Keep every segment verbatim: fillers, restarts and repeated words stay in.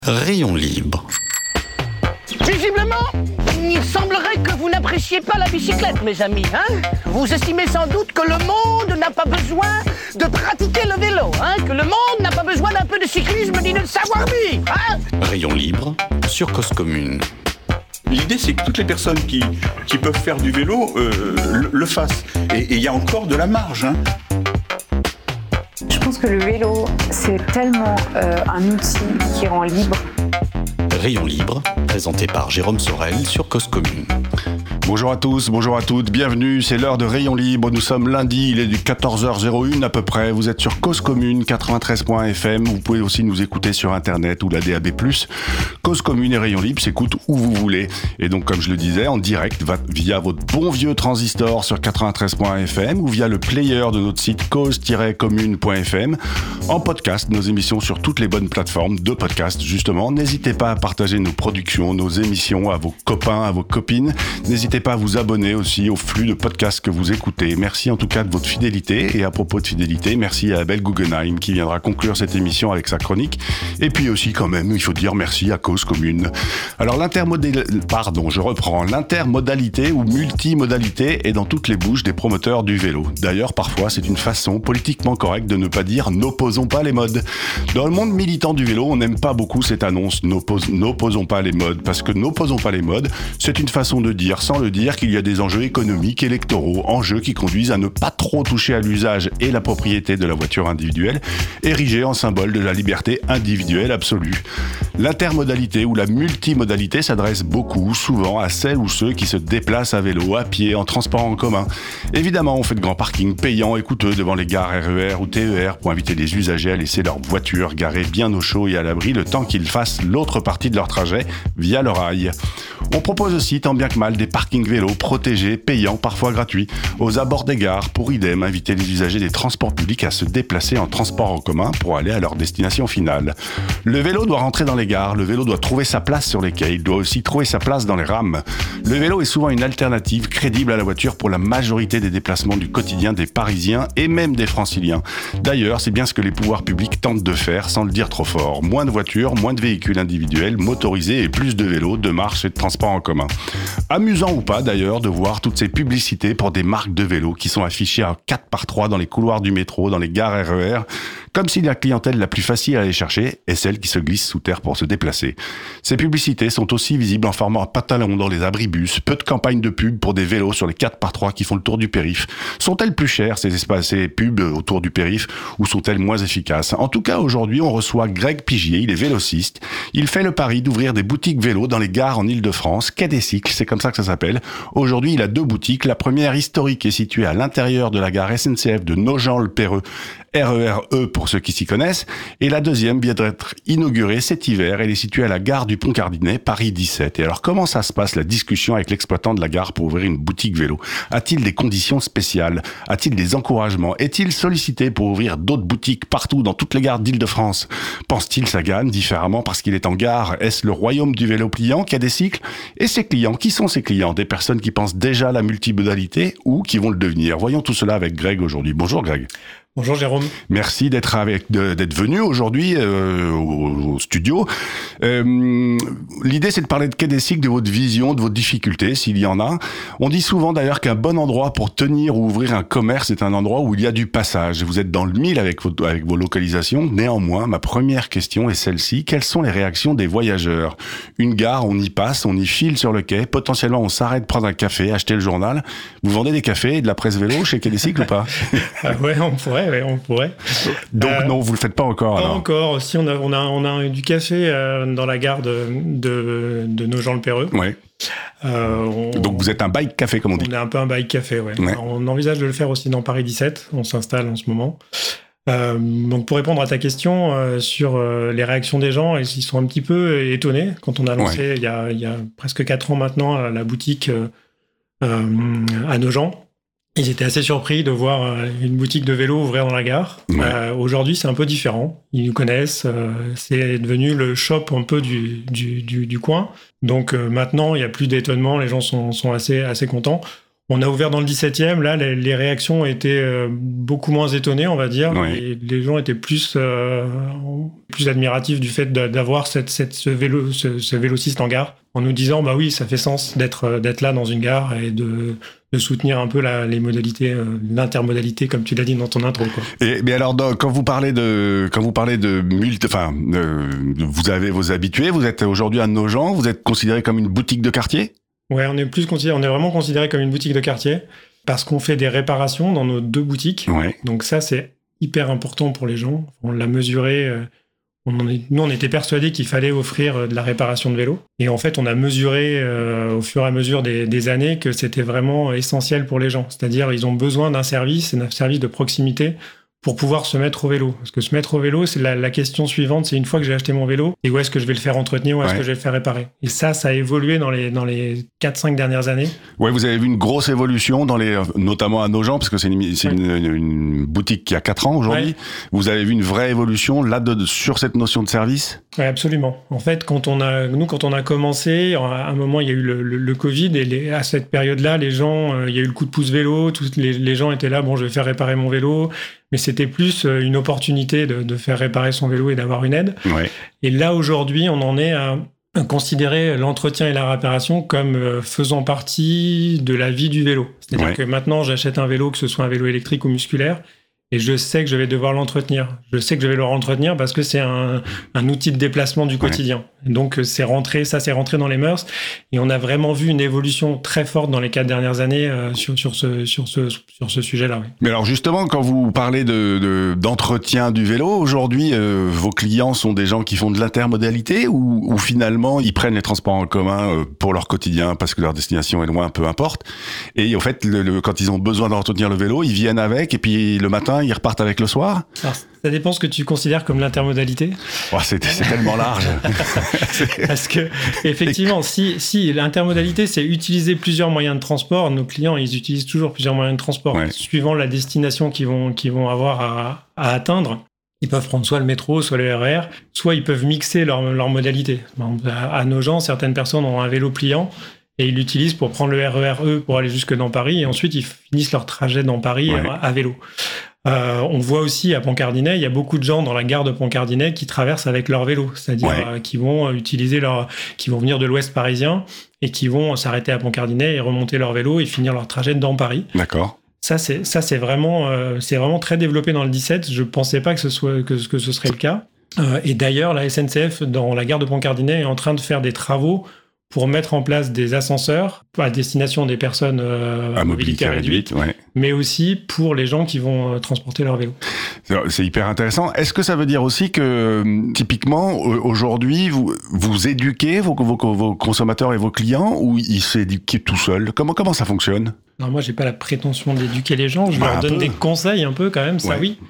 Rayon libre. Visiblement, il semblerait que vous n'appréciez pas la bicyclette, mes amis. Hein vous estimez sans doute que le monde n'a pas besoin de pratiquer le vélo, hein que le monde n'a pas besoin d'un peu de cyclisme ni de savoir-vivre. Hein Rayon libre sur Cause Commune. L'idée, c'est que toutes les personnes qui, qui peuvent faire du vélo euh, le, le fassent. Et il y a encore de la marge. Hein. Je pense que le vélo, c'est tellement euh, un outil qui rend libre. Rayon libre, présenté par Jérôme Sorel sur Cause Commune. Bonjour à tous, bonjour à toutes, bienvenue, c'est l'heure de Rayon Libre, nous sommes lundi, il est du quatorze heures zéro un à peu près, vous êtes sur Cause Commune quatre-vingt-treize point F M, vous pouvez aussi nous écouter sur internet ou la D A B plus. Cause Commune et Rayon Libre s'écoutent où vous voulez, et donc comme je le disais, en direct via votre bon vieux transistor sur quatre-vingt-treize point F M ou via le player de notre site cause tiret commune point F M, en podcast, nos émissions sur toutes les bonnes plateformes de podcast justement. N'hésitez pas à partager nos productions, nos émissions à vos copains, à vos copines, n'hésitez pas à vous abonner aussi au flux de podcasts que vous écoutez. Merci en tout cas de votre fidélité. Et à propos de fidélité, merci à Abel Guggenheim qui viendra conclure cette émission avec sa chronique. Et puis aussi quand même, il faut dire merci à Cause Commune. Alors l'intermodal... Pardon, je reprends. L'intermodalité ou multimodalité est dans toutes les bouches des promoteurs du vélo. D'ailleurs, parfois, c'est une façon politiquement correcte de ne pas dire « n'opposons pas les modes ». Dans le monde militant du vélo, on n'aime pas beaucoup cette annonce « n'opposons pas les modes » parce que « n'opposons pas les modes », c'est une façon de dire sans le dire qu'il y a des enjeux économiques, électoraux, enjeux qui conduisent à ne pas trop toucher à l'usage et la propriété de la voiture individuelle, érigée en symbole de la liberté individuelle absolue. L'intermodalité ou la multimodalité s'adresse beaucoup, souvent, à celles ou ceux qui se déplacent à vélo, à pied, en transport en commun. Évidemment, on fait de grands parkings payants et coûteux devant les gares R E R ou T E R pour inviter les usagers à laisser leur voiture garée bien au chaud et à l'abri le temps qu'ils fassent l'autre partie de leur trajet via le rail. On propose aussi, tant bien que mal, des parkings vélo protégés, payants, parfois gratuits, aux abords des gares pour idem inviter les usagers des transports publics à se déplacer en transport en commun pour aller à leur destination finale. Le vélo doit rentrer dans les gares, le vélo doit trouver sa place sur les quais, il doit aussi trouver sa place dans les rames. Le vélo est souvent une alternative crédible à la voiture pour la majorité des déplacements du quotidien des Parisiens et même des Franciliens. D'ailleurs, c'est bien ce que les pouvoirs publics tentent de faire sans le dire trop fort. Moins de voitures, moins de véhicules individuels, motorisés et plus de vélos, de marche et de transport en commun. Amusant ou pas d'ailleurs de voir toutes ces publicités pour des marques de vélos qui sont affichées en quatre par trois dans les couloirs du métro, dans les gares R E R, comme si la clientèle la plus facile à aller chercher est celle qui se glisse sous terre pour se déplacer. Ces publicités sont aussi visibles en format pantalon dans les abribus, peu de campagnes de pub pour des vélos sur les quatre par trois qui font le tour du périph'. Sont-elles plus chères ces espaces, ces pubs autour du périph', ou sont-elles moins efficaces? En tout cas, aujourd'hui, on reçoit Greg Pigier, il est vélociste. Il fait le pari d'ouvrir des boutiques vélos dans les gares en Ile-de-France, Quai des Cycles, c'est comme ça que ça s'appelle. Aujourd'hui, il a deux boutiques. La première, historique, est située à l'intérieur de la gare S N C F de Nogent-le-Péreux, R E R E pour ceux qui s'y connaissent. Et la deuxième vient d'être inaugurée cet hiver. Elle est située à la gare du Pont-Cardinet, Paris dix-sept. Et alors, comment ça se passe, la discussion avec l'exploitant de la gare pour ouvrir une boutique vélo? A-t-il des conditions spéciales? A-t-il des encouragements? Est-il sollicité pour ouvrir d'autres boutiques partout dans toutes les gares d'Île-de-France? Pense-t-il sa gagne différemment parce qu'il est en gare? Est-ce le royaume du vélo pliant qui a des cycles? Et ses clients, qui sont ses clients? Des personnes qui pensent déjà à la multimodalité ou qui vont le devenir? Voyons tout cela avec Greg aujourd'hui. Bonjour Greg. Bonjour Jérôme. Merci d'être avec, de, d'être venu aujourd'hui euh, au, au studio. Euh, l'idée, c'est de parler de Quai des Cycles, de votre vision, de vos difficultés, s'il y en a. On dit souvent d'ailleurs qu'un bon endroit pour tenir ou ouvrir un commerce est un endroit où il y a du passage. Vous êtes dans le mille avec vos, avec vos localisations. Néanmoins, ma première question est celle-ci. Quelles sont les réactions des voyageurs? Une gare, on y passe, on y file sur le quai. Potentiellement, on s'arrête prendre un café, acheter le journal. Vous vendez des cafés et de la presse vélo chez Quai des Cycles ou pas? Ah ouais, on pourrait. Ouais, on pourrait. Donc euh, non, vous le faites pas encore. Pas alors. encore. Si on a, on a, on a du café euh, dans la gare de, de, de Nogent-le-Péreux. Ouais. Euh, on, Donc vous êtes un bike café comme on dit. On est un peu un bike café, ouais. ouais. Alors, on envisage de le faire aussi dans Paris dix-sept. On s'installe en ce moment. Euh, donc pour répondre à ta question euh, sur euh, les réactions des gens, ils sont un petit peu étonnés quand on a lancé ouais. il, y a, il y a presque quatre ans maintenant la boutique euh, euh, à Nogent. Ils étaient assez surpris de voir une boutique de vélo ouvrir dans la gare. Ouais. Euh, aujourd'hui, c'est un peu différent. Ils nous connaissent. Euh, c'est devenu le shop un peu du, du, du, du coin. Donc euh, maintenant, il n'y a plus d'étonnement. Les gens sont, sont assez, assez contents. On a ouvert dans le dix-septième, là, les, les réactions étaient euh, beaucoup moins étonnées, on va dire. Oui. Et les gens étaient plus, euh, plus admiratifs du fait d'avoir cette, cette, ce, vélo, ce, ce vélociste en gare, en nous disant, bah oui, ça fait sens d'être d'être là dans une gare et de, de soutenir un peu la, les modalités, euh, l'intermodalité, comme tu l'as dit dans ton intro, quoi. Et mais alors, dans, quand vous parlez de, quand vous parlez de multi, enfin, euh, vous avez vos habitués, vous êtes aujourd'hui à Nogent, vous êtes considéré comme une boutique de quartier? Ouais, on est plus considéré, on est vraiment considéré comme une boutique de quartier parce qu'on fait des réparations dans nos deux boutiques. Ouais. Donc ça, c'est hyper important pour les gens. On l'a mesuré. Euh, on en est, nous, on était persuadés qu'il fallait offrir euh, de la réparation de vélos. Et en fait, on a mesuré euh, au fur et à mesure des, des années que c'était vraiment essentiel pour les gens. C'est-à-dire, ils ont besoin d'un service, d'un service de proximité pour pouvoir se mettre au vélo. Parce que se mettre au vélo, c'est la, la question suivante, c'est une fois que j'ai acheté mon vélo, et où est-ce que je vais le faire entretenir, où est-ce ouais. que je vais le faire réparer. Et ça, ça a évolué dans les, dans les quatre cinq dernières années. Ouais, vous avez vu une grosse évolution, dans les, notamment à Nogent, parce que c'est une, c'est ouais. une, une boutique qui a quatre ans aujourd'hui. Ouais. Vous avez vu une vraie évolution là de, sur cette notion de service? Oui, absolument. En fait, quand on a, nous, quand on a commencé, à un moment, il y a eu le, le, le Covid, et les, à cette période-là, les gens, euh, il y a eu le coup de pouce vélo, tous les, les gens étaient là, bon, je vais faire réparer mon vélo, mais c'était plus une opportunité de, de faire réparer son vélo et d'avoir une aide. Ouais. Et là, aujourd'hui, on en est à considérer l'entretien et la réparation comme faisant partie de la vie du vélo. C'est-à-dire ouais. que maintenant, j'achète un vélo, que ce soit un vélo électrique ou musculaire, et je sais que je vais devoir l'entretenir. Je sais que je vais le entretenir parce que c'est un, un outil de déplacement du quotidien. Ouais. Donc, c'est rentré, ça, c'est rentré dans les mœurs. Et on a vraiment vu une évolution très forte dans les quatre dernières années euh, sur, sur ce, sur ce, sur ce sujet-là. Oui. Mais alors, justement, quand vous parlez de, de, d'entretien du vélo, aujourd'hui, euh, vos clients sont des gens qui font de l'intermodalité ou, ou finalement, ils prennent les transports en commun euh, pour leur quotidien parce que leur destination est loin, peu importe. Et en fait, le, le, quand ils ont besoin d'entretenir le vélo, ils viennent avec et puis le matin, ils repartent avec le soir? Alors, ça dépend ce que tu considères comme l'intermodalité. Oh, c'est, c'est tellement large. Parce que, effectivement, si, si l'intermodalité, c'est utiliser plusieurs moyens de transport, nos clients, ils utilisent toujours plusieurs moyens de transport. Ouais. Suivant la destination qu'ils vont, qu'ils vont avoir à, à atteindre, ils peuvent prendre soit le métro, soit le R E R, soit ils peuvent mixer leurs leur modalités. À, à Nogent, certaines personnes ont un vélo pliant, et ils l'utilisent pour prendre le R E R, eux, pour aller jusque dans Paris, et ensuite ils finissent leur trajet dans Paris ouais. à, à vélo. Euh, on voit aussi à Pont-Cardinet, il y a beaucoup de gens dans la gare de Pont-Cardinet qui traversent avec leur vélo, c'est-à-dire ouais. euh, qui vont utiliser leur, qui vont venir de l'Ouest parisien et qui vont s'arrêter à Pont-Cardinet et remonter leur vélo et finir leur trajet dans Paris. D'accord. Ça, c'est ça, c'est vraiment, euh, c'est vraiment très développé dans le dix-sept. Je pensais pas que ce soit que, que ce serait le cas. Euh, et d'ailleurs, la S N C F dans la gare de Pont-Cardinet est en train de faire des travaux pour mettre en place des ascenseurs à destination des personnes euh, à mobilité réduite, réduite ouais. mais aussi pour les gens qui vont euh, transporter leur vélo. C'est hyper intéressant. Est-ce que ça veut dire aussi que, typiquement, aujourd'hui, vous, vous éduquez vos, vos, vos consommateurs et vos clients ou ils s'éduquent tout seuls? Comment, comment ça fonctionne? Non, moi, j'ai pas la prétention d'éduquer les gens. Je bah, leur donne peu. des conseils un peu quand même, ça ouais. oui.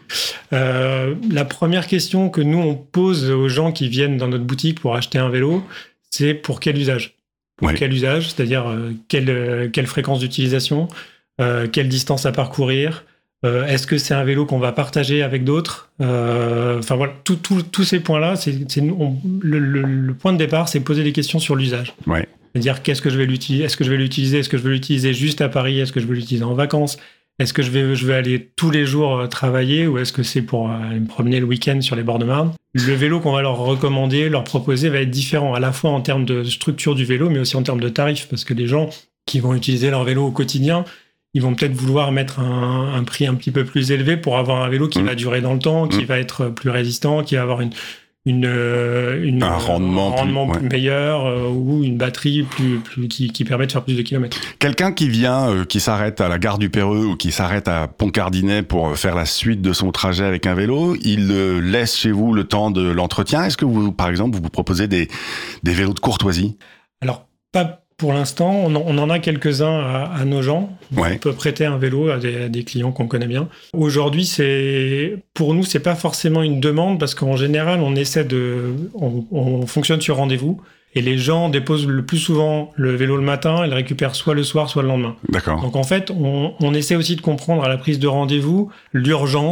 Euh, la première question que nous, on pose aux gens qui viennent dans notre boutique pour acheter un vélo, c'est pour quel usage? Pour ouais. quel usage? C'est-à-dire euh, quelle, euh, quelle fréquence d'utilisation, euh, quelle distance à parcourir, euh, est-ce que c'est un vélo qu'on va partager avec d'autres? euh, Enfin voilà, tous tout, tout ces points-là, c'est, c'est, on, le, le, le point de départ, c'est poser des questions sur l'usage. Ouais. C'est-à-dire qu'est-ce que je vais l'utiliser? Est-ce que je vais l'utiliser? Est-ce que je veux l'utiliser juste à Paris? Est-ce que je veux l'utiliser en vacances? Est-ce que je vais, je vais aller tous les jours travailler ou est-ce que c'est pour aller me promener le week-end sur les bords de Marne? Le vélo qu'on va leur recommander, leur proposer va être différent, à la fois en termes de structure du vélo, mais aussi en termes de tarifs, parce que les gens qui vont utiliser leur vélo au quotidien, ils vont peut-être vouloir mettre un, un prix un petit peu plus élevé pour avoir un vélo qui mmh. va durer dans le temps, qui mmh. va être plus résistant, qui va avoir une... Une, une, un rendement, un rendement plus, plus ouais. meilleur euh, ou une batterie plus, plus, qui, qui permet de faire plus de kilomètres. Quelqu'un qui vient, euh, qui s'arrête à la gare du Perreux ou qui s'arrête à Pont-Cardinet pour faire la suite de son trajet avec un vélo, il euh, laisse chez vous le temps de l'entretien. Est-ce que vous, par exemple, vous vous proposez des, des vélos de courtoisie? Alors, pas pour l'instant. On en, on en a quelques-uns à, à Nogent. Ouais. On peut prêter un vélo à des, à des clients qu'on connaît bien. Aujourd'hui, c'est, pour nous, c'est pas forcément une demande parce qu'en général, on essaie de, on, on fonctionne sur rendez-vous. Et les gens déposent le plus souvent le vélo le matin et le récupèrent soit le soir, soit le lendemain. D'accord. Donc en fait, on, on essaie aussi de comprendre à la prise de rendez-vous l'urgence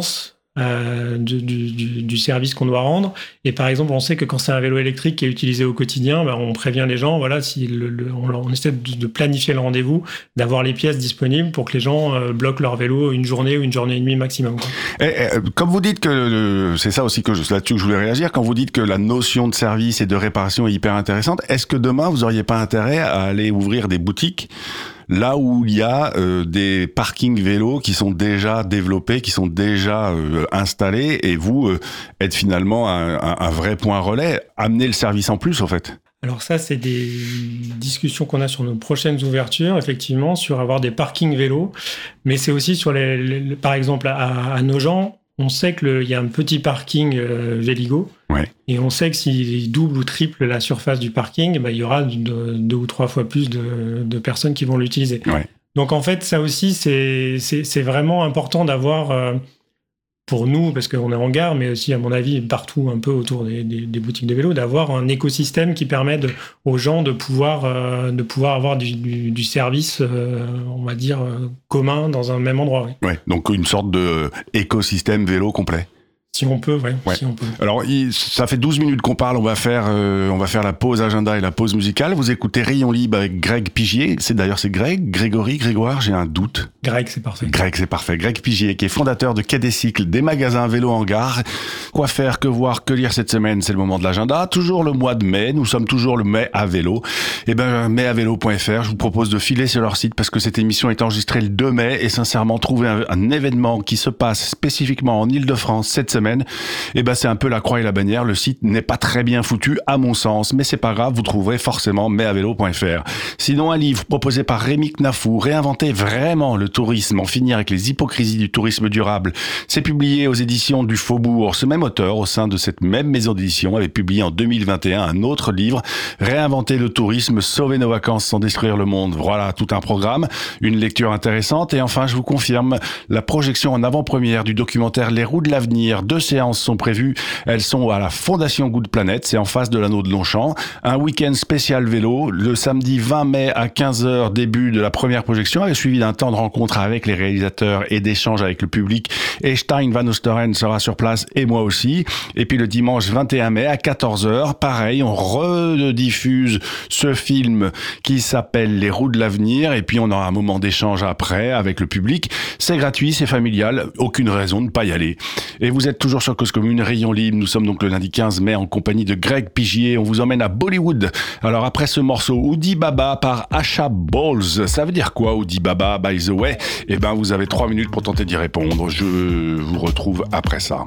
euh, du, du, du service qu'on doit rendre. Et par exemple, on sait que quand c'est un vélo électrique qui est utilisé au quotidien, bah, on prévient les gens, voilà, si le, le, on, on essaie de, de planifier le rendez-vous, d'avoir les pièces disponibles pour que les gens euh, bloquent leur vélo une journée ou une journée et demie maximum. Quoi. Et, et, comme vous dites que, le, c'est ça aussi que je, là-dessus que je voulais réagir, quand vous dites que la notion de service et de réparation est hyper intéressante, est-ce que demain, vous auriez pas intérêt à aller ouvrir des boutiques là où il y a euh, des parkings vélos qui sont déjà développés, qui sont déjà euh, installés, et vous euh, êtes finalement un, un, un vrai point relais, amener le service en plus, en fait. Alors ça, c'est des discussions qu'on a sur nos prochaines ouvertures, effectivement, sur avoir des parkings vélos, mais c'est aussi sur les, les par exemple, à, à Nogent, on sait qu'il y a un petit parking euh, Véligo, ouais. Et on sait que s'il double ou triple la surface du parking, bah, il y aura deux, deux ou trois fois plus de, de personnes qui vont l'utiliser. Ouais. Donc en fait, ça aussi, c'est, c'est, c'est vraiment important d'avoir, euh, pour nous, parce qu'on est en gare, mais aussi à mon avis partout un peu autour des, des, des boutiques de vélos, d'avoir un écosystème qui permet de, aux gens de pouvoir, euh, de pouvoir avoir du, du, du service, euh, on va dire, euh, commun dans un même endroit. Oui. Ouais, donc une sorte de écosystème vélo complet. Si on peut, ouais, ouais. Si on peut. Alors, il, ça fait douze minutes qu'on parle, on va faire, euh, on va faire la pause agenda et la pause musicale. Vous écoutez Rayon Libre avec Greg Pigier. C'est d'ailleurs, c'est Greg, Grégory, Grégoire, j'ai un doute. Greg, c'est parfait. Greg, c'est parfait. Greg Pigier, qui est fondateur de Quai des Cycles, des magasins vélo en gare. Quoi faire, que voir, que lire cette semaine, c'est le moment de l'agenda. Toujours le mois de mai, nous sommes toujours le mai à vélo. Eh ben, mai à vélo point f r, je vous propose de filer sur leur site parce que cette émission est enregistrée le deux mai et sincèrement, trouver un, un événement qui se passe spécifiquement en Île-de-France cette semaine, eh ben, c'est un peu la croix et la bannière. Le site n'est pas très bien foutu, à mon sens, mais c'est pas grave, vous trouverez forcément mai à vélo point f r. Sinon, un livre proposé par Rémi Knafou, réinventer vraiment le tourisme, en finir avec les hypocrisies du tourisme durable. C'est publié aux éditions du Faubourg. Ce même auteur, au sein de cette même maison d'édition, avait publié en deux mille vingt et un un autre livre, Réinventer le tourisme, sauver nos vacances sans détruire le monde. Voilà, tout un programme, une lecture intéressante. Et enfin, je vous confirme la projection en avant-première du documentaire Les roues de l'avenir. Deux séances sont prévues. Elles sont à la Fondation Good Planet, c'est en face de l'anneau de Longchamp. Un week-end spécial vélo, le samedi vingt mai à quinze heures, début de la première projection, et suivi d'un temps de rencontre avec les réalisateurs et d'échanges avec le public. Et Stein Van Osteren sera sur place, et moi aussi. Et puis le dimanche vingt et un mai à quatorze heures, pareil, on rediffuse ce film qui s'appelle Les roues de l'avenir, et puis on aura un moment d'échange après avec le public. C'est gratuit, c'est familial, aucune raison de ne pas y aller. Et vous êtes toujours sur Cause Commune, Rayon Libre. Nous sommes donc le lundi quinze mai en compagnie de Greg Pigier. On vous emmène à Bollywood. Alors après ce morceau Oudi Baba par Asha Balls, ça veut dire quoi Oudi Baba, by the way? Eh ben vous avez trois minutes pour tenter d'y répondre. Je vous retrouve après ça.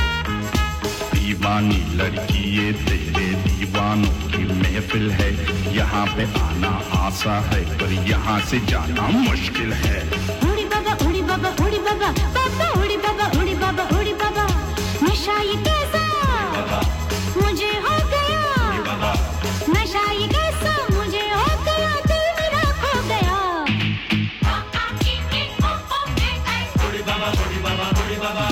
लड़की ये तेरे दीवानों की महफिल है यहाँ पे आना आसा है पर यहाँ से जाना मुश्किल है उड़ी बाबा उड़ी बाबा उड़ी बाबा बाबा उड़ी बाबा उड़ी बाबा उड़ी बाबा नशा ये कैसा मुझे हो गया नशा ये कैसा मुझे हो गया दिल मेरा खो गया उड़ी बाबा उड़ी बाबा उड़ी बाबा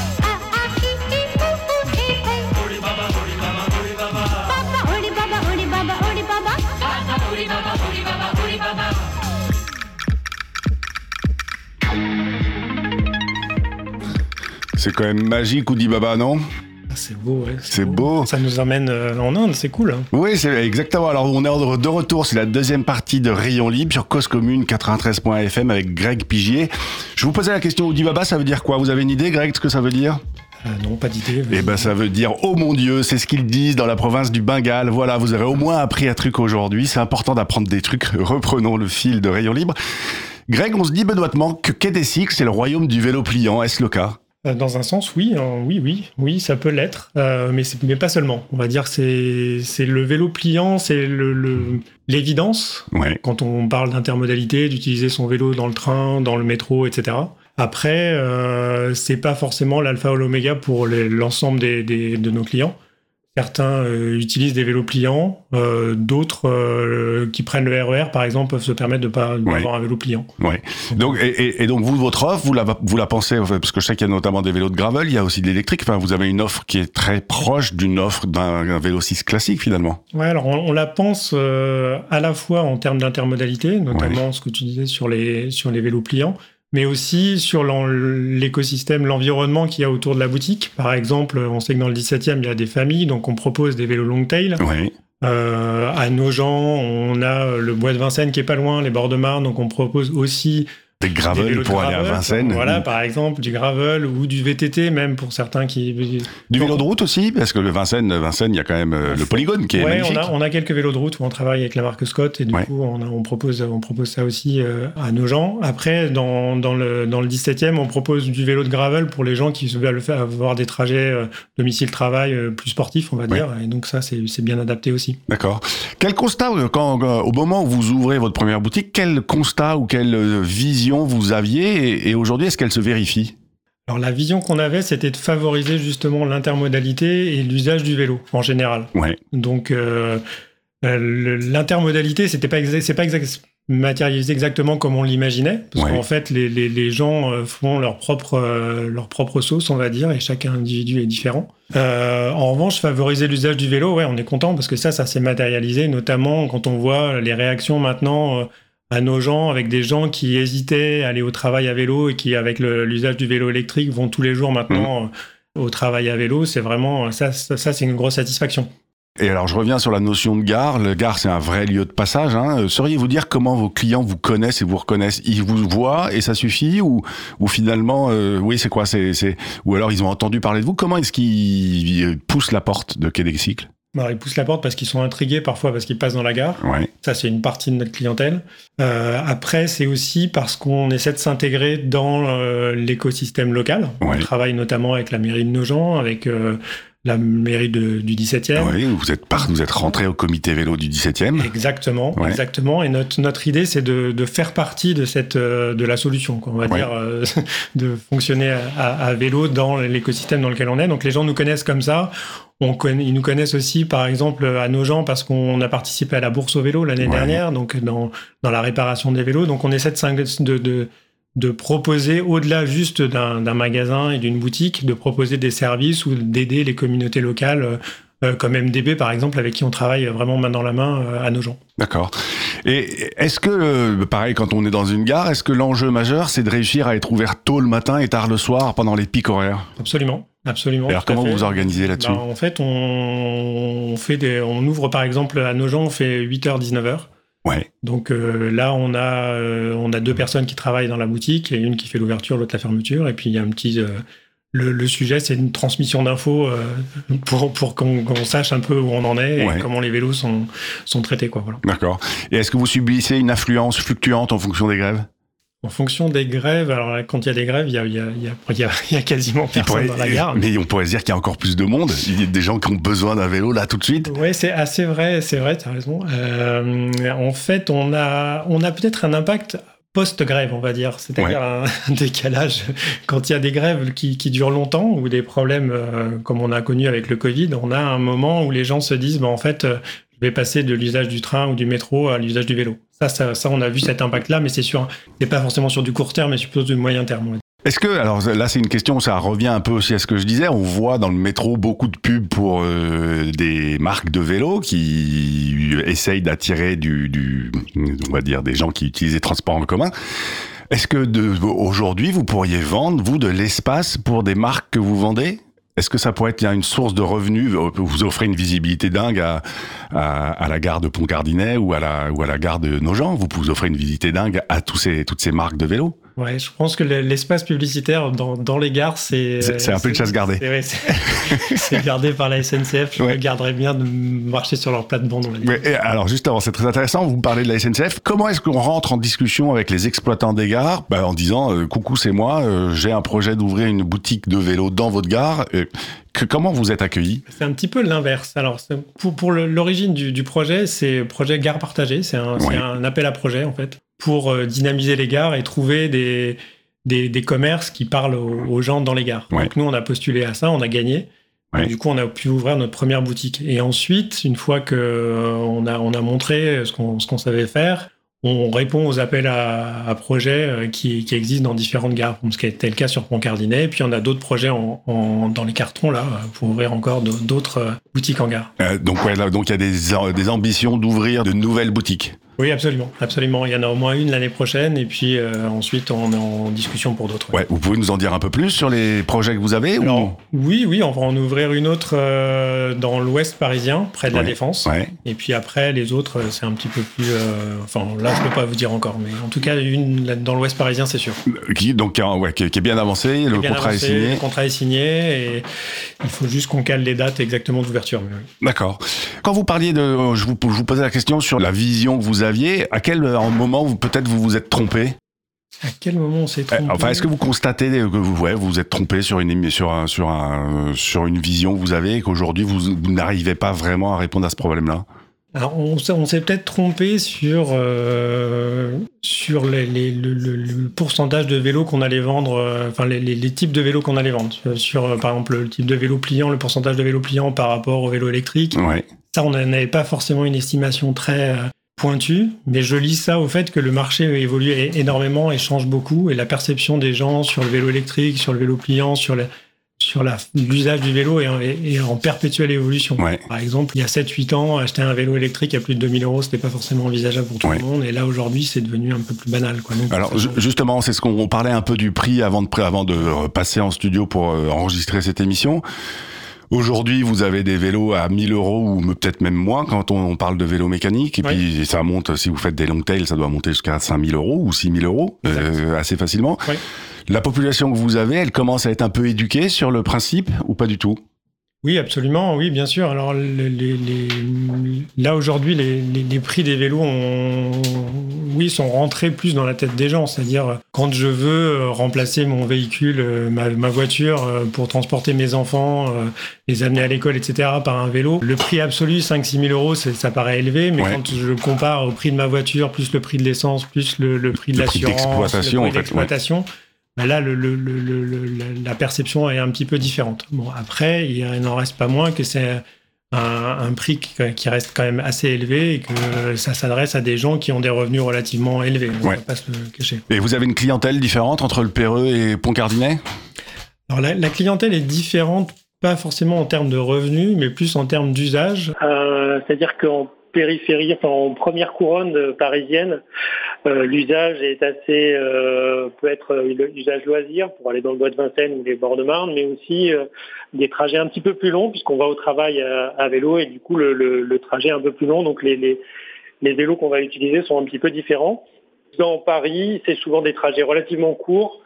C'est quand même magique, Oudi Baba, non ? C'est beau, ouais. C'est, c'est beau. beau. Ça nous emmène en Inde, c'est cool. Hein. Oui, c'est exactement. Alors, on est de retour. C'est la deuxième partie de Rayon Libre sur Cause Commune quatre-vingt-treize point F M avec Greg Pigier. Je vous posais la question, Oudi Baba, ça veut dire quoi ? Vous avez une idée, Greg, de ce que ça veut dire ? Euh, non, pas d'idée. Eh ben, ça veut dire, oh mon Dieu, c'est ce qu'ils disent dans la province du Bengale. Voilà, vous avez au moins appris un truc aujourd'hui. C'est important d'apprendre des trucs. Reprenons le fil de Rayon Libre. Greg, on se dit benoîtement que Quai des Cycles, c'est le royaume du vélo pliant. Est-ce le cas ? Dans un sens, oui, hein, oui, oui, oui, ça peut l'être, euh, mais, c'est, mais pas seulement. On va dire que c'est, c'est le vélo pliant, c'est le, le, l'évidence. Ouais. Quand on parle d'intermodalité, d'utiliser son vélo dans le train, dans le métro, et cetera. Après, euh, c'est pas forcément l'alpha ou l'oméga pour les, l'ensemble des, des, de nos clients. Certains euh, utilisent des vélos pliants, euh, d'autres euh, qui prennent le R E R, par exemple, peuvent se permettre de pas ouais. avoir un vélo pliant. Ouais. Donc, et, et donc, vous, votre offre, vous la, vous la pensez, parce que je sais qu'il y a notamment des vélos de gravel, il y a aussi de l'électrique. Enfin, vous avez une offre qui est très proche d'une offre d'un, d'un vélo six classique, finalement. Ouais, alors on, on la pense euh, à la fois en termes d'intermodalité, notamment ouais. ce que tu disais sur les, sur les vélos pliants, mais aussi sur l'écosystème, l'environnement qu'il y a autour de la boutique. Par exemple, on sait que dans le dix-septième, il y a des familles, donc on propose des vélos long tail. Oui. Euh, à Nogent, on a le bois de Vincennes qui est pas loin, les bords de Marne, donc on propose aussi des gravel pour gravel, aller à Vincennes. Voilà, par exemple, du gravel ou du V T T, même pour certains qui... Du vélo de route aussi, parce que le Vincennes, Vincennes, il y a quand même euh, le polygone qui est ouais, magnifique. On a, on a quelques vélos de route où on travaille avec la marque Scott et du ouais. coup, on, a, on, propose, on propose ça aussi euh, à nos gens. Après, dans, dans, le, dans le dix-septième, on propose du vélo de gravel pour les gens qui veulent avoir des trajets euh, domicile-travail euh, plus sportifs, on va dire. Ouais. Et donc ça, c'est, c'est bien adapté aussi. D'accord. Quel constat, quand, au moment où vous ouvrez votre première boutique, quel constat ou quelle vision vous aviez et, et aujourd'hui, est-ce qu'elle se vérifie ? Alors la vision qu'on avait, c'était de favoriser justement l'intermodalité et l'usage du vélo en général. Ouais. Donc euh, l'intermodalité, c'était pas exa- c'est pas exact, matérialisé exactement comme on l'imaginait, parce ouais. qu'en fait les, les, les gens font leur propre euh, leur propre sauce, on va dire, et chaque individu est différent. Euh, en revanche, favoriser l'usage du vélo, ouais, on est content parce que ça, ça s'est matérialisé, notamment quand on voit les réactions maintenant. Euh, à nos gens, avec des gens qui hésitaient à aller au travail à vélo et qui, avec le, l'usage du vélo électrique, vont tous les jours maintenant mmh. au travail à vélo. C'est vraiment, ça, ça, ça, c'est une grosse satisfaction. Et alors, je reviens sur la notion de gare. Le gare, c'est un vrai lieu de passage. Hein. Sauriez-vous dire comment vos clients vous connaissent et vous reconnaissent ? Ils vous voient et ça suffit ? Ou, ou finalement, euh, oui, c'est quoi c'est, c'est... Ou alors, ils ont entendu parler de vous ? Comment est-ce qu'ils poussent la porte de Quai des Cycles ? Alors, ils poussent la porte parce qu'ils sont intrigués, parfois parce qu'ils passent dans la gare. Ouais. Ça, c'est une partie de notre clientèle. Euh, après, c'est aussi parce qu'on essaie de s'intégrer dans euh, l'écosystème local. Ouais. On travaille notamment avec la mairie de Nogent, avec euh, la mairie de, du dix-septième. Oui, vous êtes, par, vous êtes rentré au comité vélo du dix-septième. Exactement, ouais. exactement. Et notre, notre idée, c'est de, de faire partie de, cette, de la solution, quoi, on va ouais. dire, euh, de fonctionner à, à vélo dans l'écosystème dans lequel on est. Donc, les gens nous connaissent comme ça. On connaît, ils nous connaissent aussi, par exemple, à Nogent, parce qu'on a participé à la bourse au vélo l'année ouais. dernière, donc dans, dans la réparation des vélos. Donc, on essaie de, de, de, de proposer, au-delà juste d'un, d'un magasin et d'une boutique, de proposer des services ou d'aider les communautés locales, euh, comme M D B, par exemple, avec qui on travaille vraiment main dans la main euh, à Nogent. D'accord. Et est-ce que, euh, pareil, quand on est dans une gare, est-ce que l'enjeu majeur, c'est de réussir à être ouvert tôt le matin et tard le soir pendant les pics horaires ? Absolument. Absolument. Et alors comment vous vous organisez là-dessus ? Ben, en fait, on, on fait des, on ouvre par exemple à Nogent, on fait huit heures dix-neuf heures. Ouais. Donc euh, là, on a, euh, on a deux personnes qui travaillent dans la boutique, et une qui fait l'ouverture, l'autre la fermeture, et puis il y a un petit. Euh, le, le sujet, c'est une transmission d'infos euh, pour pour qu'on, qu'on sache un peu où on en est et ouais. comment les vélos sont sont traités, quoi. Voilà. D'accord. Et est-ce que vous subissez une affluence fluctuante en fonction des grèves ? En fonction des grèves, alors là, quand il y a des grèves, il y a, il y a, il y a, il y a, il y a quasiment personne pourrait, dans la gare. Mais on pourrait se dire qu'il y a encore plus de monde. Il y a des gens qui ont besoin d'un vélo là tout de suite. Oui, c'est assez vrai, c'est vrai, tu as raison. Euh, en fait, on a, on a peut-être un impact post-grève, on va dire. C'est-à-dire ouais. un décalage. Quand il y a des grèves qui, qui durent longtemps ou des problèmes euh, comme on a connu avec le Covid, on a un moment où les gens se disent, bah, en fait, euh, je vais passer de l'usage du train ou du métro à l'usage du vélo. Ça, ça, ça, on a vu cet impact-là, mais c'est sûr, c'est pas forcément sur du court terme, mais plutôt du moyen terme. Est-ce que, alors là c'est une question, ça revient un peu aussi à ce que je disais, on voit dans le métro beaucoup de pubs pour euh, des marques de vélos qui essayent d'attirer du, du, on va dire, des gens qui utilisent les transports en commun. Est-ce que de, aujourd'hui vous pourriez vendre, vous, de l'espace pour des marques que vous vendez ? Est-ce que ça pourrait être une source de revenus ? Vous offrez une visibilité dingue à, à, à la gare de Pont-Cardinet ou à la, ou à la gare de Nogent. Vous, vous offrez une visibilité dingue à tous ces, toutes ces marques de vélos. Ouais, je pense que l'espace publicitaire dans, dans les gares, c'est... C'est, c'est un peu une chasse gardée. C'est, c'est, c'est gardé par la S N C F. Je ouais. garderais bien de marcher sur leur plate-bande, on va dire. Ouais, et alors justement, c'est très intéressant, vous parlez de la S N C F. Comment est-ce qu'on rentre en discussion avec les exploitants des gares ? Ben, en disant, euh, coucou, c'est moi, euh, j'ai un projet d'ouvrir une boutique de vélo dans votre gare. Euh, que, comment vous êtes accueillis ? C'est un petit peu l'inverse. Alors, pour, pour le, l'origine du, du projet, c'est projet gare partagée. C'est un, ouais. c'est un appel à projet, en fait, pour euh, dynamiser les gares et trouver des, des, des commerces qui parlent aux, aux gens dans les gares. Ouais. Donc nous, on a postulé à ça, on a gagné. Ouais. Du coup, on a pu ouvrir notre première boutique. Et ensuite, une fois qu'on euh, a, on a montré ce qu'on, ce qu'on savait faire, on répond aux appels à, à projets qui, qui existent dans différentes gares, ce qui était le cas sur Pont-Cardinet. Et puis, on a d'autres projets en, en, dans les cartons, là, pour ouvrir encore d'autres boutiques en gare. Euh, donc, ouais, là, donc, il y a des, des ambitions d'ouvrir de nouvelles boutiques. Oui, absolument, absolument. Il y en a au moins une l'année prochaine, et puis euh, ensuite on est en discussion pour d'autres. Ouais. Ouais, vous pouvez nous en dire un peu plus sur les projets que vous avez ? Alors, ou... Oui, oui, on va en ouvrir une autre euh, dans l'Ouest parisien, près de ouais. la Défense. Ouais. Et puis après, les autres, c'est un petit peu plus. Euh, enfin, là, je ne peux pas vous dire encore, mais en tout cas, une dans l'Ouest parisien, c'est sûr. Qui donc ouais, qui, qui est bien avancé, qui le bien contrat avancé, est signé. Le contrat est signé, et il faut juste qu'on cale les dates exactement d'ouverture. D'accord. Quand vous parliez de, je vous, je vous posais la question sur la vision que vous aviez, à quel moment vous, peut-être vous vous êtes trompé ? À quel moment on s'est trompé ? Enfin, est-ce que vous constatez que vous ouais, vous, vous êtes trompé sur une, sur, un, sur, un, sur une vision que vous avez et qu'aujourd'hui vous, vous n'arrivez pas vraiment à répondre à ce problème-là ? Alors, on, on s'est peut-être trompé sur, euh, sur les, les, le, le, le pourcentage de vélos qu'on allait vendre, euh, enfin les, les, les types de vélos qu'on allait vendre. Sur, euh, par exemple, le type de vélo pliant, le pourcentage de vélos pliants par rapport au vélo électrique. Ouais. Ça, on n'avait pas forcément une estimation très... Euh, pointu, mais je lis ça au fait que le marché évolue énormément et change beaucoup, et la perception des gens sur le vélo électrique, sur le vélo pliant, sur, le, sur la, l'usage du vélo est, est, est en perpétuelle évolution. Ouais. Par exemple, il y a sept huit ans, acheter un vélo électrique à plus de deux mille euros, c'était pas forcément envisageable pour tout ouais. le monde, et là aujourd'hui c'est devenu un peu plus banal. Quoi. Donc, alors ju- justement, c'est ce qu'on on parlait un peu du prix avant de, avant de passer en studio pour euh, enregistrer cette émission. Aujourd'hui, vous avez des vélos à mille euros ou peut-être même moins quand on parle de vélo mécanique. Et oui. puis, ça monte, si vous faites des long tails, ça doit monter jusqu'à cinq mille euros ou six mille euros, euh, assez facilement. Oui. La population que vous avez, elle commence à être un peu éduquée sur le principe ou pas du tout ? Oui, absolument, oui, bien sûr. Alors, les, les, les, là, aujourd'hui, les, les, les prix des vélos ont, oui, sont rentrés plus dans la tête des gens. C'est-à-dire, quand je veux remplacer mon véhicule, ma, ma voiture, pour transporter mes enfants, les amener à l'école, et cetera, par un vélo, le prix absolu, cinq à six mille euros, ça paraît élevé, mais ouais. quand je compare au prix de ma voiture, plus le prix de l'essence, plus le, le prix de le l'assurance, prix d'exploitation, le prix en d'exploitation, fait, ouais. Ben là, le, le, le, le, la perception est un petit peu différente. Bon, après, il n'en reste pas moins que c'est un, un prix qui, qui reste quand même assez élevé et que ça s'adresse à des gens qui ont des revenus relativement élevés. On ne ouais. va pas se le cacher. Et vous avez une clientèle différente entre le Perreux et Pont-Cardinet ? Alors, la, la clientèle est différente, pas forcément en termes de revenus, mais plus en termes d'usage. Euh, c'est-à-dire qu'en périphérie, enfin en première couronne parisienne, euh, l'usage est assez euh, peut être l'usage loisir pour aller dans le bois de Vincennes ou les bords de Marne, mais aussi euh, des trajets un petit peu plus longs puisqu'on va au travail à, à vélo et du coup le, le, le trajet est un peu plus long, donc les, les, les vélos qu'on va utiliser sont un petit peu différents. Dans Paris, c'est souvent des trajets relativement courts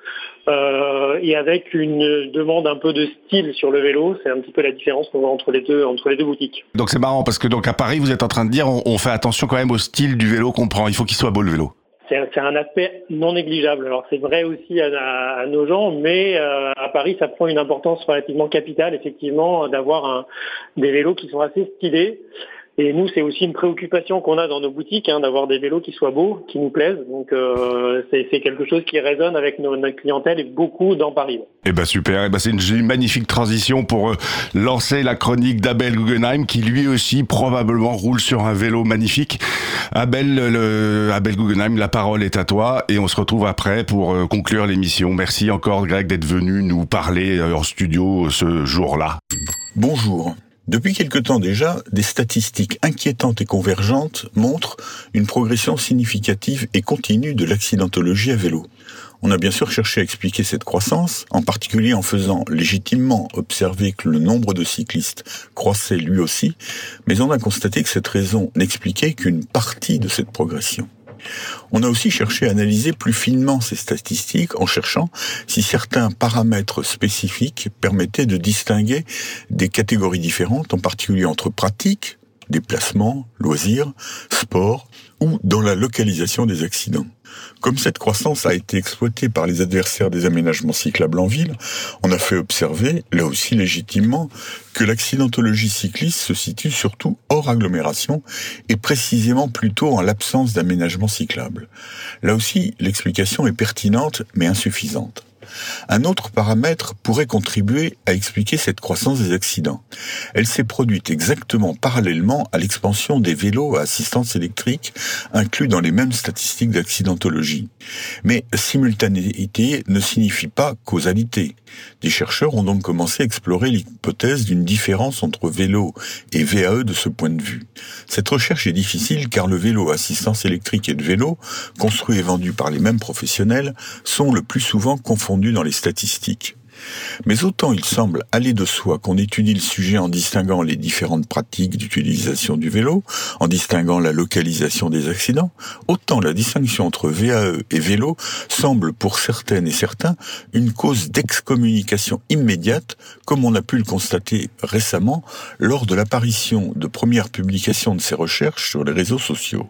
euh, et avec une demande un peu de style sur le vélo. C'est un petit peu la différence qu'on voit entre les deux, entre les deux boutiques. Donc c'est marrant parce que donc à Paris, vous êtes en train de dire on, on fait attention quand même au style du vélo qu'on prend. Il faut qu'il soit beau le vélo. c'est, c'est un aspect non négligeable. Alors c'est vrai aussi à, à, à nos gens, mais euh, à Paris, ça prend une importance relativement capitale, effectivement, d'avoir un, des vélos qui sont assez stylés. Et nous, c'est aussi une préoccupation qu'on a dans nos boutiques, hein, d'avoir des vélos qui soient beaux, qui nous plaisent. Donc, euh, c'est, c'est quelque chose qui résonne avec nos, notre clientèle et beaucoup dans Paris. Eh ben super, eh ben c'est une, une magnifique transition pour euh, lancer la chronique d'Abel Guggenheim, qui lui aussi probablement roule sur un vélo magnifique. Abel, le, Abel Guggenheim, la parole est à toi et on se retrouve après pour euh, conclure l'émission. Merci encore Greg d'être venu nous parler euh, en studio ce jour-là. Bonjour. Depuis quelque temps déjà, des statistiques inquiétantes et convergentes montrent une progression significative et continue de l'accidentologie à vélo. On a bien sûr cherché à expliquer cette croissance, en particulier en faisant légitimement observer que le nombre de cyclistes croissait lui aussi, mais on a constaté que cette raison n'expliquait qu'une partie de cette progression. On a aussi cherché à analyser plus finement ces statistiques en cherchant si certains paramètres spécifiques permettaient de distinguer des catégories différentes, en particulier entre pratiques, déplacements, loisirs, sport ou dans la localisation des accidents. Comme cette croissance a été exploitée par les adversaires des aménagements cyclables en ville, on a fait observer, là aussi légitimement, que l'accidentologie cycliste se situe surtout hors agglomération et précisément plutôt en l'absence d'aménagements cyclables. Là aussi, l'explication est pertinente mais insuffisante. Un autre paramètre pourrait contribuer à expliquer cette croissance des accidents. Elle s'est produite exactement parallèlement à l'expansion des vélos à assistance électrique inclus dans les mêmes statistiques d'accidentologie. Mais simultanéité ne signifie pas causalité. Des chercheurs ont donc commencé à explorer l'hypothèse d'une différence entre vélo et V A E de ce point de vue. Cette recherche est difficile car le vélo à assistance électrique et le vélo, construits et vendus par les mêmes professionnels, sont le plus souvent confondus dans les statistiques. Mais autant il semble aller de soi qu'on étudie le sujet en distinguant les différentes pratiques d'utilisation du vélo, en distinguant la localisation des accidents, autant la distinction entre V A E et vélo semble pour certaines et certains une cause d'excommunication immédiate, comme on a pu le constater récemment lors de l'apparition de premières publications de ces recherches sur les réseaux sociaux.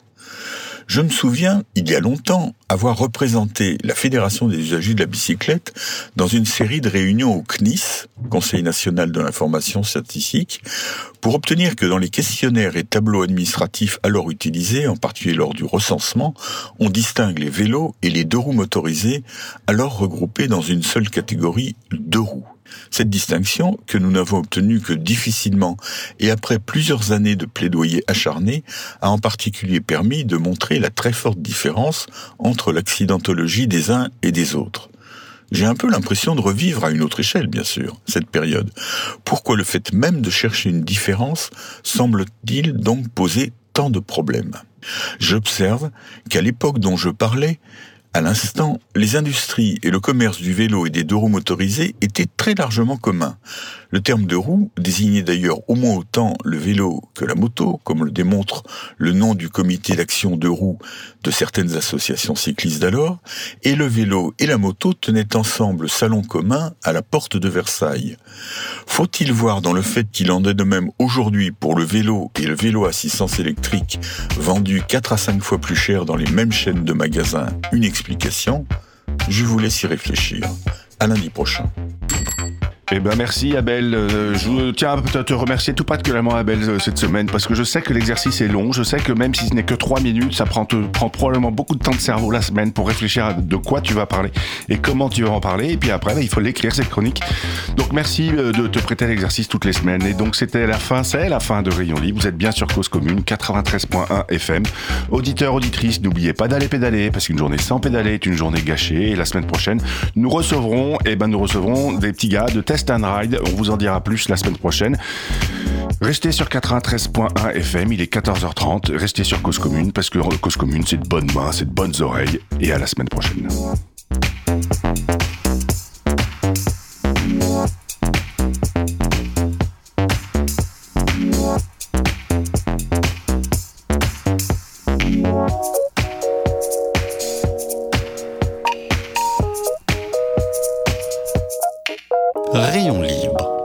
Je me souviens, il y a longtemps, avoir représenté la Fédération des usagers de la bicyclette dans une série de réunions au C N I S, Conseil national de l'information statistique, pour obtenir que dans les questionnaires et tableaux administratifs alors utilisés, en particulier lors du recensement, on distingue les vélos et les deux roues motorisées, alors regroupés dans une seule catégorie, deux roues. Cette distinction, que nous n'avons obtenue que difficilement et après plusieurs années de plaidoyer acharné, a en particulier permis de montrer la très forte différence entre l'accidentologie des uns et des autres. J'ai un peu l'impression de revivre à une autre échelle, bien sûr, cette période. Pourquoi le fait même de chercher une différence semble-t-il donc poser tant de problèmes ? J'observe qu'à l'époque dont je parlais, à l'instant, les industries et le commerce du vélo et des deux roues motorisées étaient très largement communs. Le terme de roue désignait d'ailleurs au moins autant le vélo que la moto, comme le démontre le nom du comité d'action deux roues de certaines associations cyclistes d'alors, et le vélo et la moto tenaient ensemble salon commun à la porte de Versailles. Faut-il voir dans le fait qu'il en est de même aujourd'hui pour le vélo et le vélo à assistance électrique vendu quatre à cinq fois plus cher dans les mêmes chaînes de magasins une explication ? Je vous laisse y réfléchir. À lundi prochain. Eh ben merci Abel, euh, je tiens à te remercier tout particulièrement Abel euh, cette semaine parce que je sais que l'exercice est long, je sais que même si ce n'est que trois minutes, ça prend, te, prend probablement beaucoup de temps de cerveau la semaine pour réfléchir à de quoi tu vas parler et comment tu vas en parler et puis après bah, il faut l'écrire cette chronique. Donc merci euh, de te prêter à l'exercice toutes les semaines et donc c'était la fin, c'est la fin de Rayon Libre, vous êtes bien sur Cause Commune quatre-vingt-treize virgule un F M. Auditeurs, auditrices, n'oubliez pas d'aller pédaler parce qu'une journée sans pédaler est une journée gâchée et la semaine prochaine nous recevrons, eh ben, nous recevrons des petits gars de Test and Ride. On vous en dira plus la semaine prochaine. Restez sur quatre-vingt-treize virgule un F M, il est quatorze heures trente. Restez sur Cause Commune parce que Cause Commune, c'est de bonnes mains, c'est de bonnes oreilles. Et à la semaine prochaine. Rayon libre.